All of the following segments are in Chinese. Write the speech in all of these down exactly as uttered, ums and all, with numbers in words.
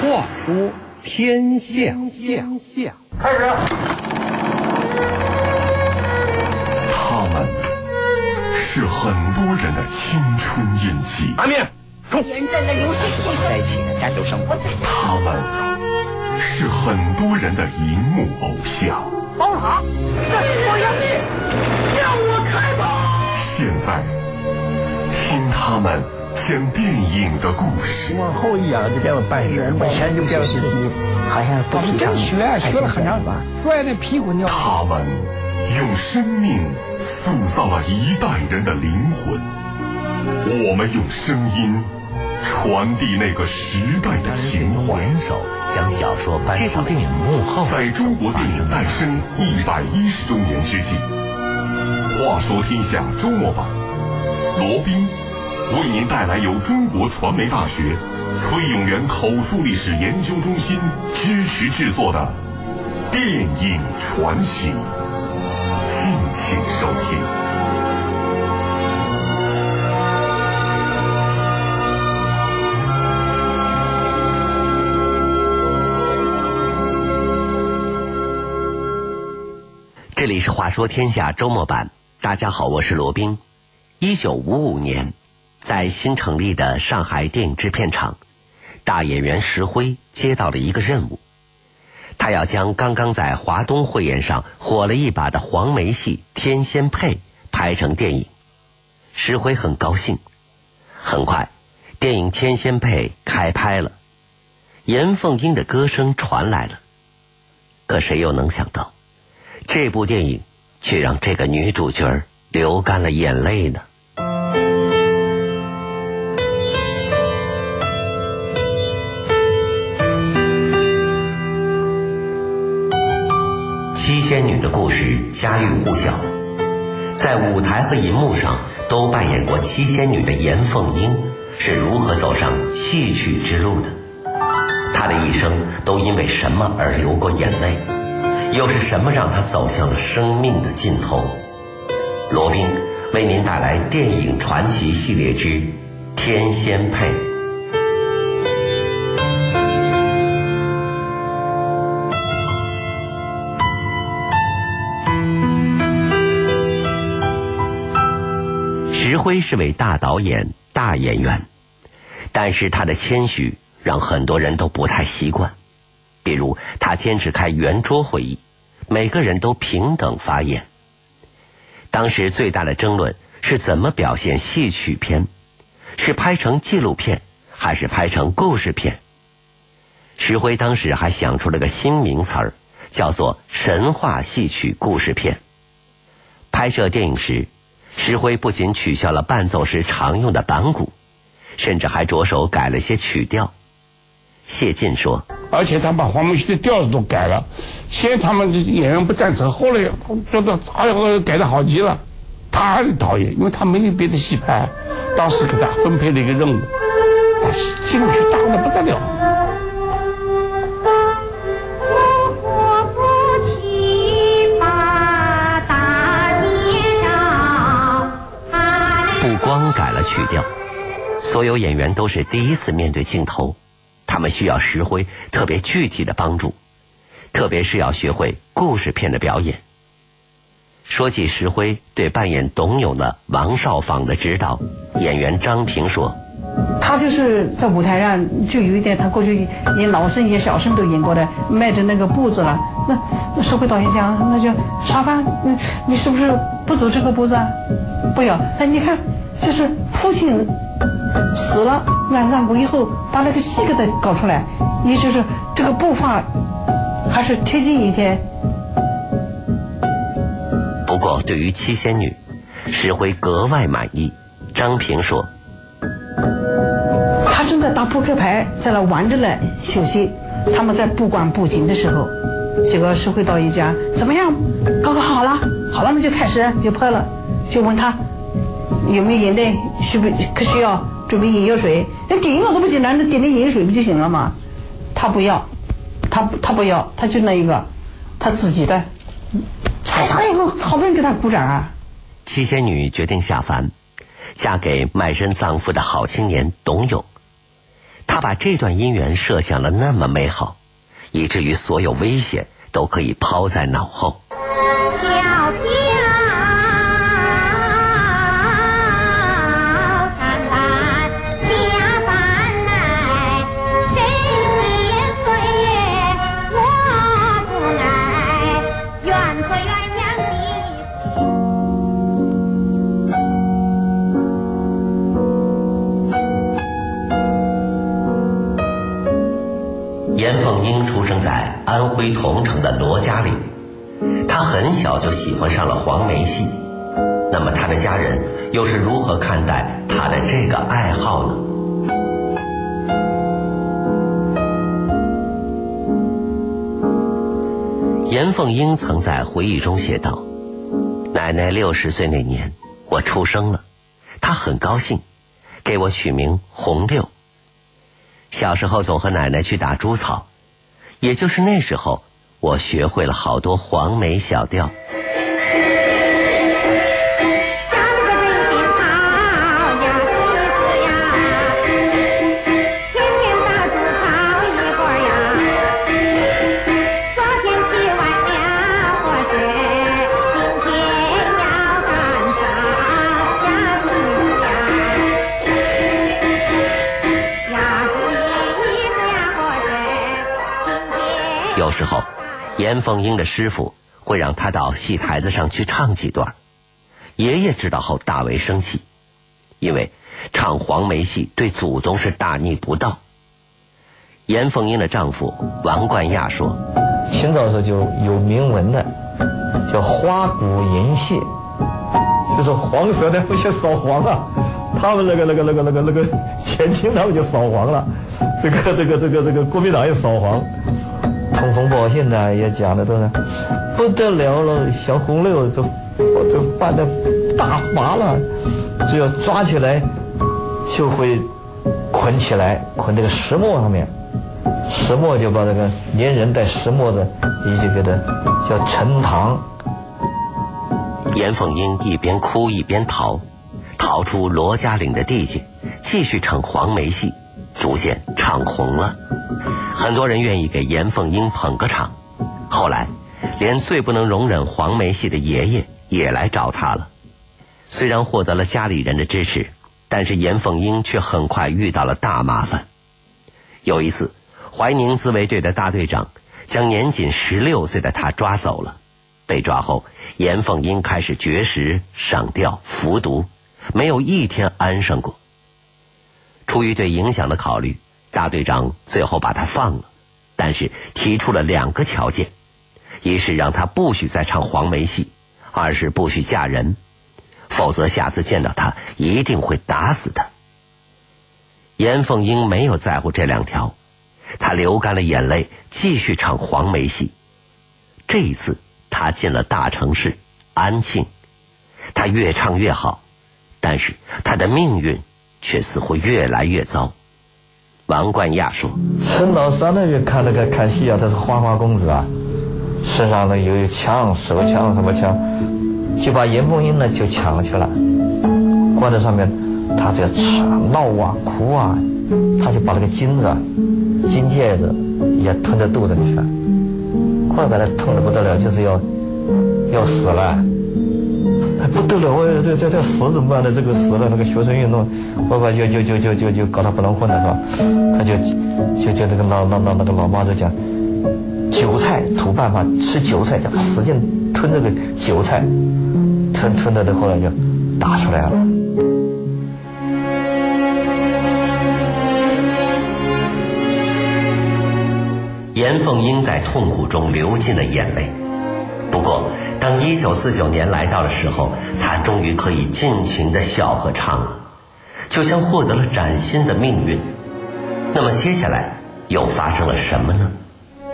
话说天下， 开始。 他们是很多人的青春印记。 阿面，冲！ 人在那游戏戏在一起的战斗生活。 他们是很多人的荧幕偶像。 包好，我要你，向我开炮！ 现在，听他们讲电影的故事。 往后一仰就变成半人，往前就变成西，好像不提倡。 学学了很长时间，摔那屁股尿。 他们用生命塑造了一代人的灵魂，我们用声音传递那个时代的情怀。 联手将小说搬上电影幕后。 在中国电影诞生一百一十周年之际，话说天下周末版，罗宾为您带来由中国传媒大学崔永元口述历史研究中心支持制作的电影传奇，敬请收听。 这里是话说天下周末版，大家好，我是罗宾。一九五五年，在新成立的上海电影制片厂，大演员石辉接到了一个任务，他要将刚刚在华东汇演上火了一把的黄梅戏《天仙配》拍成电影。石辉很高兴。很快，电影《天仙配》开拍了，严凤英的歌声传来了。可谁又能想到，这部电影却让这个女主角流干了眼泪呢？七仙女的故事家喻户晓，在舞台和银幕上都扮演过七仙女的严凤英是如何走上戏曲之路的？她的一生都因为什么而流过眼泪？又是什么让她走向了生命的尽头？罗宾为您带来电影传奇系列之《天仙配》。石辉是位大导演、大演员，但是他的谦虚让很多人都不太习惯。比如他坚持开圆桌会议，每个人都平等发言。当时最大的争论是怎么表现戏曲片，是拍成纪录片还是拍成故事片。石辉当时还想出了个新名词儿，叫做神话戏曲故事片。拍摄电影时，石辉不仅取消了伴奏时常用的板鼓，甚至还着手改了些曲调。谢晋说， 而且他把黄梅戏的调子都改了，先他们演员不赞成，后来觉得哎呦改得好极了。他是导演，因为他没有别的戏拍，当时给他分配了一个任务，进去大的不得了。 不光改了曲调，所有演员都是第一次面对镜头，他们需要石辉特别具体的帮助，特别是要学会故事片的表演。说起石辉对扮演董永的王少舫的指导，演员张平说， 他就是在舞台上就有一点，他过去演老生演小生都演过的，迈着那个步子了。那那石辉导演讲，那就沙发，嗯，你是不是不走这个步子啊？不要，哎，你看，就是父亲死了，让让过以后把那个戏给他搞出来，也就是这个步伐还是贴近一点。 不过对于七仙女，石辉格外满意。张平说， 他正在打扑克牌，在那玩着呢，休息。他们在布管布景的时候，这个石辉导演讲怎么样，搞搞好了，好了，那就开始就拍了。就问他有没有眼泪，需不可需要准备眼药水？那点药都不简单，那点点眼水不就行了吗？他不要，他他不要，他就那一个，他自己的。哎呦，好多人给他鼓掌啊！ 七仙女决定下凡，嫁给卖身葬父的好青年董永。 他把这段姻缘设想得那么美好，以至于所有危险都可以抛在脑后。严凤英出生在安徽桐城的罗家里，她很小就喜欢上了黄梅戏。那么她的家人又是如何看待她的这个爱好呢？严凤英曾在回忆中写道：奶奶六十岁那年我出生了，她很高兴，给我取名红六。小时候总和奶奶去打猪草，也就是那时候我学会了好多黄梅小调。有时候严凤英的师傅会让他到戏台子上去唱几段，爷爷知道后大为生气，因为唱黄梅戏对祖宗是大逆不道。严凤英的丈夫王冠亚说， 清朝时候就有铭文的叫花鼓银戏，就是黄色的不去扫黄啊，他们那个那个那个那个那个前清他们就扫黄了，这个这个这个这个国民党也扫黄。通风报信的也讲的都是不得了了，小红六这这犯的大法了，只要抓起来就会捆起来，捆这个石磨上面，石磨就把这个连人带石磨子一起给它叫沉塘。 严凤英一边哭一边逃，逃出罗家岭的地界，继续唱黄梅戏，逐渐唱红了。很多人愿意给严凤英捧个场，后来连最不能容忍黄梅戏的爷爷也来找他了。虽然获得了家里人的支持，但是严凤英却很快遇到了大麻烦。有一次，怀宁自卫队的大队长将年仅十六岁的他抓走了。被抓后，严凤英开始绝食、上吊、服毒，没有一天安生过。出于对影响的考虑，大队长最后把他放了，但是提出了两个条件：一是让他不许再唱黄梅戏，二是不许嫁人，否则下次见到他一定会打死他。严凤英没有在乎这两条，她流干了眼泪，继续唱黄梅戏。这一次她进了大城市安庆，她越唱越好，但是她的命运却似乎越来越糟。王冠亚说， 陈老三那边看那个看戏啊，他是花花公子啊，身上呢有枪手枪什么枪，就把严凤英呢就抢去了，关在上面，他在闹啊哭啊，他就把那个金子金戒指也吞到肚子里去了，快把他痛得不得了，就是要要死了，不得了，我这这这死怎么办呢？这个死了，那个学生运动，我把就就就就就就搞他不能混了是吧？他就就就那个老老老那个老妈就讲，韭菜土办法吃韭菜，叫他使劲吞这个韭菜，吞吞的，后来就打出来了。 严凤英在痛苦中流尽了眼泪。不过当一九四九年来到的时候，她终于可以尽情地笑和唱了，就像获得了崭新的命运。那么接下来又发生了什么呢？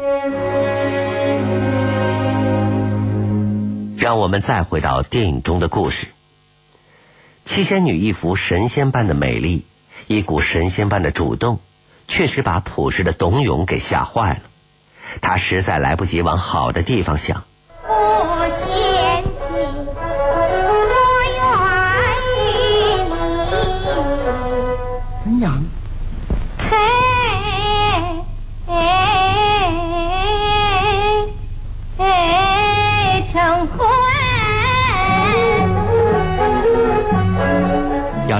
让我们再回到电影中的故事。七仙女一副神仙般的美丽，一股神仙般的主动，确实把朴实的董永给吓坏了。他实在来不及往好的地方想。 不嫌弃，我愿与你。 怎样？ 嘿。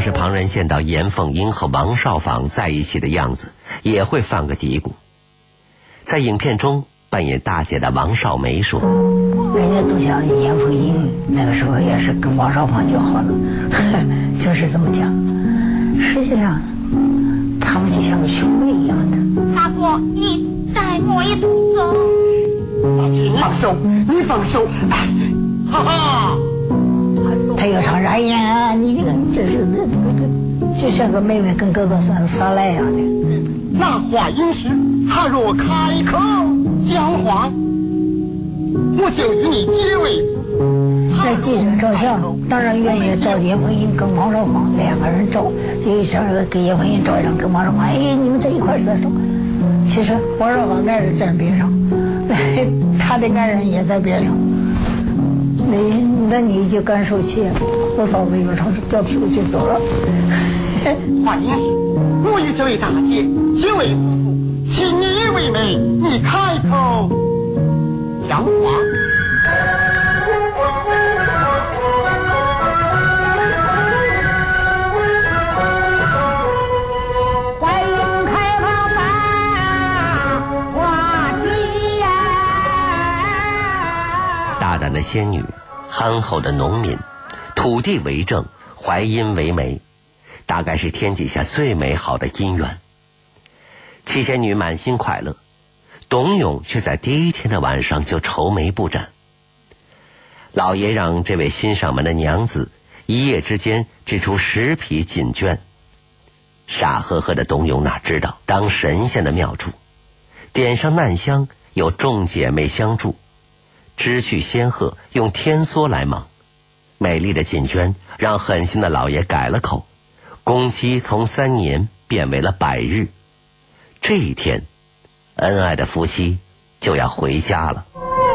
是旁人见到严凤英和王少舫在一起的样子，也会犯个嘀咕。在影片中扮演大姐的王少梅说：“ 人家都想严凤英那个时候也是跟王少舫就好了，就是这么讲。实际上，他们就像个兄妹一样的。” 大哥，你带我一同走。 你放手，你放手！哎，哈哈！ 他又唱啥呀？你这个这是那个，就像个妹妹跟哥哥撒撒赖一样的。 那话音时，他若开口讲话，我就与你结为夫妇。 那记者照相，当然愿意照严凤英跟王少舫两个人照，有一张给严凤英照一张，跟王少舫，哎，你们在一块儿在照。其实王少舫爱人站边上，他的爱人也在边上。那那你就感受起，我嫂子有场掉屁股就走了。 话音时，我与这位大姐结为夫妇，请你为媒，你开口讲话。 大胆的仙女，憨厚的农民，土地为证，淮阴为媒，大概是天底下最美好的姻缘。七仙女满心快乐，董永却在第一天的晚上就愁眉不展。老爷让这位新上门的娘子一夜之间织出十匹锦绢。傻呵呵的董永哪知道，当神仙的妙处，点上난香，有众姐妹相助，织去仙鹤，用天梭来忙。美丽的锦绢让狠心的老爷改了口，工期从三年变为了百日。这一天，恩爱的夫妻就要回家了。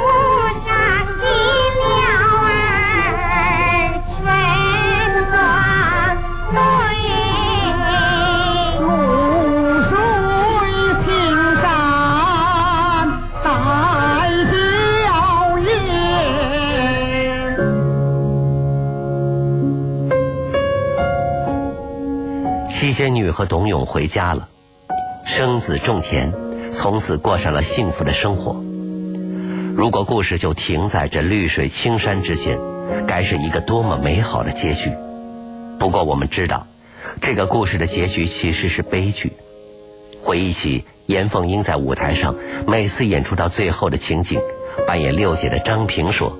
七仙女和董永回家了，生子种田，从此过上了幸福的生活。如果故事就停在这绿水青山之间，该是一个多么美好的结局。不过我们知道，这个故事的结局其实是悲剧。回忆起严凤英在舞台上每次演出到最后的情景，扮演六姐的张平说：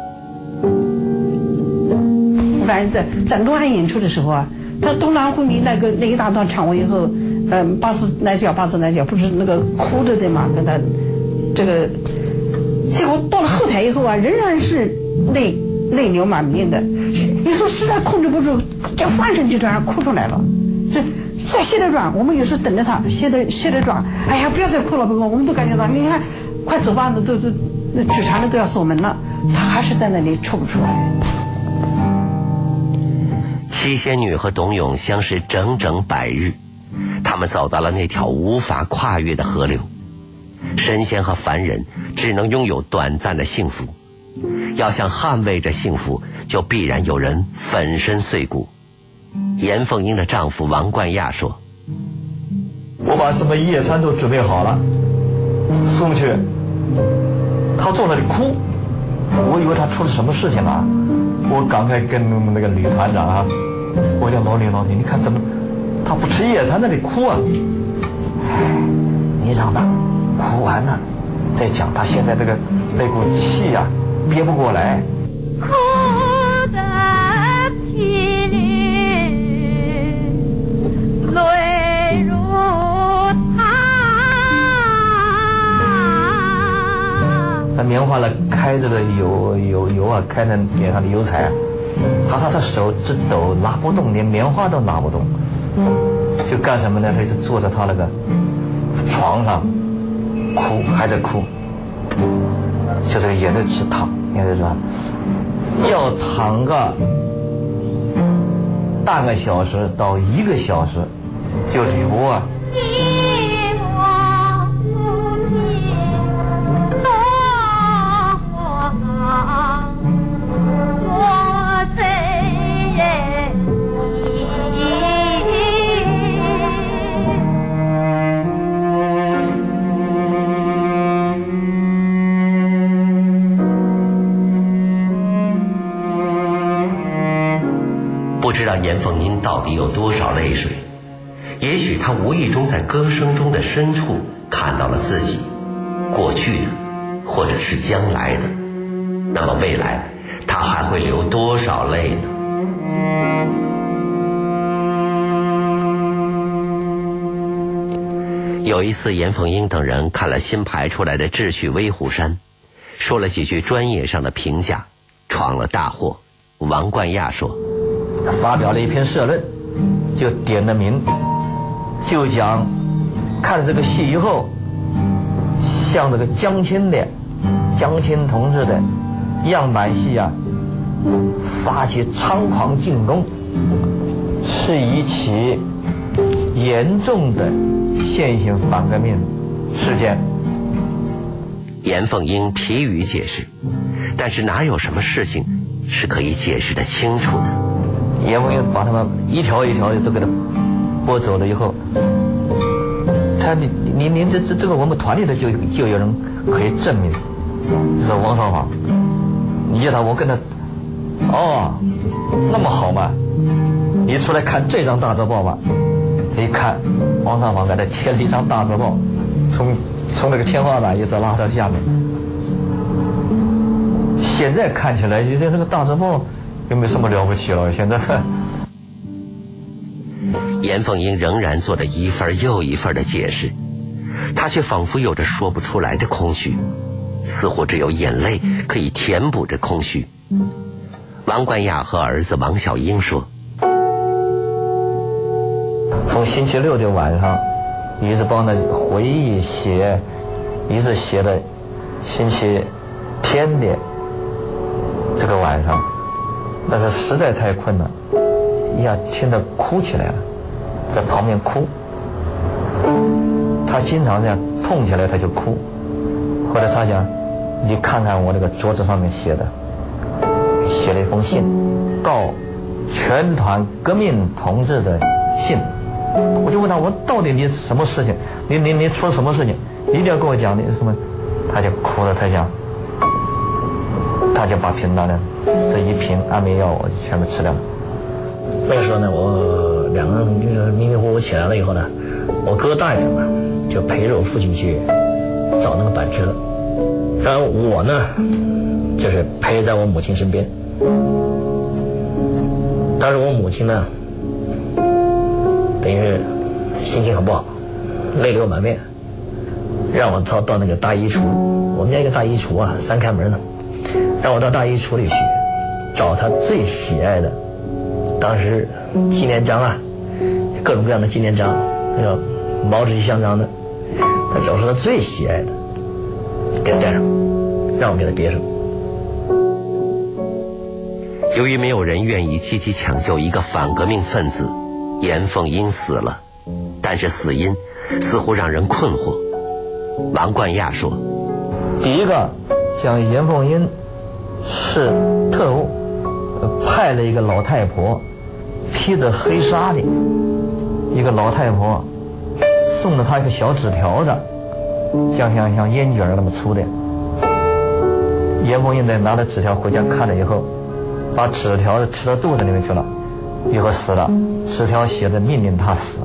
反正在在洛阳演出的时候啊，他东南昏迷那个那一大段唱完以后，嗯，八字来叫八字来叫，不是那个哭着的嘛，跟他这个，结果到了后台以后啊，仍然是泪泪流满面的，有时候实在控制不住，就翻身就这样哭出来了。这再歇着转，我们有时候等着他歇着歇着转，哎呀，不要再哭了，不哭，我们都感觉到，你看，快走吧，都都那剧场的都要锁门了，他还是在那里抽不出来。 七仙女和董永相识整整百日，他们走到了那条无法跨越的河流。神仙和凡人只能拥有短暂的幸福，要想捍卫着幸福，就必然有人粉身碎骨。严凤英的丈夫王冠亚说： 我把什么夜餐都准备好了，送去，他坐那里哭，我以为他出了什么事情了，我赶快跟那个女团长啊，我叫老李老李，你看怎么他不吃夜餐那里哭啊？你让他哭完了再讲，他现在这个那股气啊憋不过来。 哭得凄厉，泪如汤。 那棉花了开着的油油油啊，开在脸上的油彩，他他的手直抖，拿不动，连棉花都拿不动，就干什么呢？他就坐在他那个床上哭，还在哭，就这个眼泪直淌，眼泪直淌，要躺个半个小时到一个小时，就流啊。 知道严凤英到底有多少泪水，也许她无意中在歌声中的深处看到了自己过去的或者是将来的，那么未来她还会流多少泪呢？有一次，严凤英等人看了新排出来的《智取威虎山》，说了几句专业上的评价，闯了大祸。王冠亚说， 发表了一篇社论，就点了名，就讲看了这个戏以后，像这个江青的江青同志的样板戏啊，发起猖狂进攻，是一起严重的现行反革命事件。 严凤英疲于解释，但是哪有什么事情是可以解释得清楚的？ 严凤英把他们一条一条的都给他拨走了以后，他你你你这这这个我们团里的就就有人可以证明，是王少华。你叫他，我跟他，哦，那么好嘛？你出来看这张大字报吧。一看，王少华给他贴了一张大字报，从从那个天花板一直拉到下面。现在看起来，就这个大字报又没什么了不起了。现在的严凤英仍然做着一份又一份的解释，她却仿佛有着说不出来的空虚，似乎只有眼泪可以填补这空虚。王冠亚和儿子王小英说， 从星期六的晚上一直帮他回忆写，一直写到星期天的这个晚上，但是实在太困难，呀，听得哭起来了，在旁边哭。他经常这样痛起来他就哭。后来他讲，你看看我那个桌子上面写的，写了一封信，告全团革命同志的信。我就问他，我到底你什么事情？你你你出了什么事情？你一定要跟我讲你什么？他就哭了，他讲，他就把平常的这一瓶安眠药我就全部吃掉了。 那个时候呢，我两个人就是迷迷糊糊起来了以后呢，我哥大一点嘛，就陪着我父亲去找那个板车，然后我呢，就是陪在我母亲身边。当时我母亲呢，等于是心情很不好，泪流满面，让我到到那个大衣橱，我们家一个大衣橱啊，三开门呢，让我到大衣橱里去找他最喜爱的，当时纪念章啊，各种各样的纪念章，那个毛主席像章的，他找出他最喜爱的，给他戴上，让我给他别上。 由于没有人愿意积极抢救一个反革命分子，严凤英死了，但是死因似乎让人困惑。王冠亚说， 第一个讲严凤英是特务，派了一个老太婆，披着黑纱的一个老太婆，送了她一个小纸条子，像像像烟卷那么粗的。严凤英呢拿了纸条回家看了以后，把纸条子吃到肚子里面去了，以后死了。纸条写的命令他死。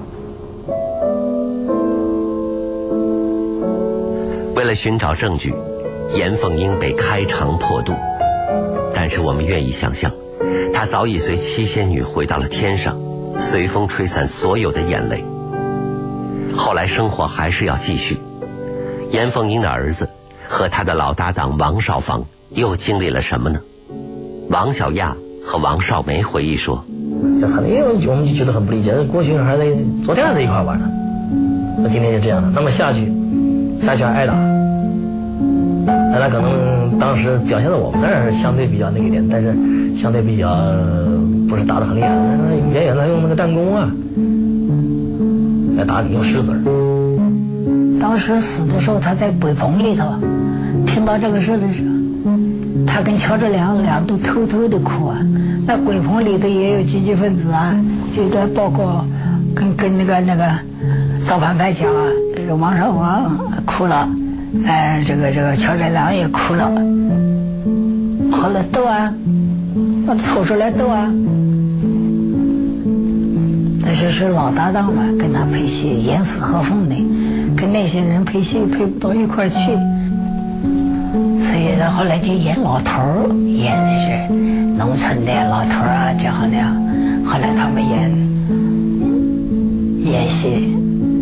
为了寻找证据，严凤英被开肠破肚，但是我们愿意想象，她早已随七仙女回到了天上，随风吹散所有的眼泪。后来生活还是要继续，严凤英的儿子和他的老搭档王少芳又经历了什么呢？王小亚和王少梅回忆说， 因为我们就觉得很不理解，过去还在昨天还在一块玩呢，那今天就这样了，那么下去下去还挨打，那他可能当时表现的我们那儿相对比较那个一点，但是相对比较不是打得很厉害，远远的用那个弹弓啊来打你，用石子儿。 当时死的时候他在鬼棚里头，听到这个事的时候，他跟乔治良俩都偷偷的哭啊。那鬼棚里头也有积极分子啊，就这包括跟跟那个那个造反派讲啊，这个王少华哭了，呃，这个这个乔治良也哭了，后来斗啊，把抽出来斗啊， 实是老搭档嘛，跟他配戏严丝合缝的，跟那些人配戏配不到一块儿去，所以他后来就演老头儿，演那些农村的老头儿啊这样的。后来他们演演戏，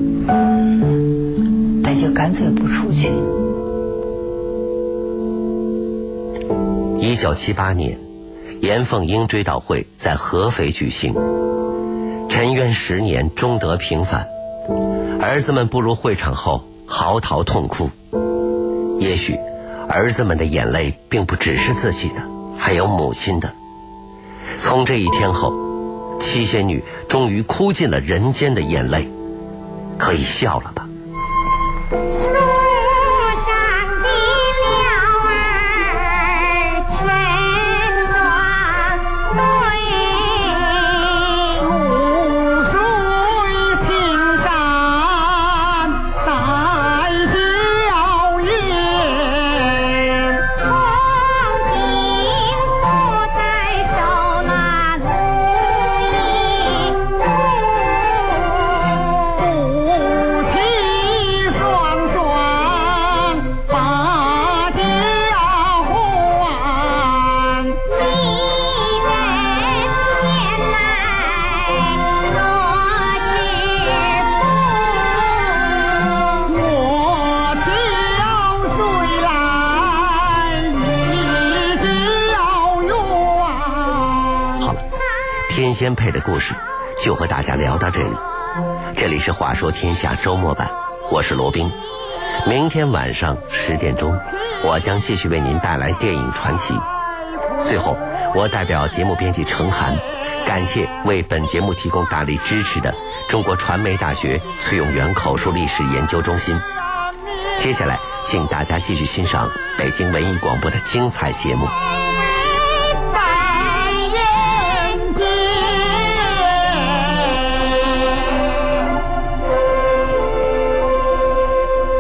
他就干脆不出去。 一九七八年，严凤英追悼会在合肥举行。沉冤十年终得平反，儿子们步入会场后嚎啕痛哭。也许儿子们的眼泪并不只是自己的，还有母亲的。从这一天后，七仙女终于哭尽了人间的眼泪，可以笑了吧。天仙配的故事就和大家聊到这里。这里是话说天下周末版，我是罗宾。明天晚上十点钟，我将继续为您带来电影传奇。最后，我代表节目编辑程涵，感谢为本节目提供大力支持的中国传媒大学崔永元口述历史研究中心。接下来，请大家继续欣赏北京文艺广播的精彩节目。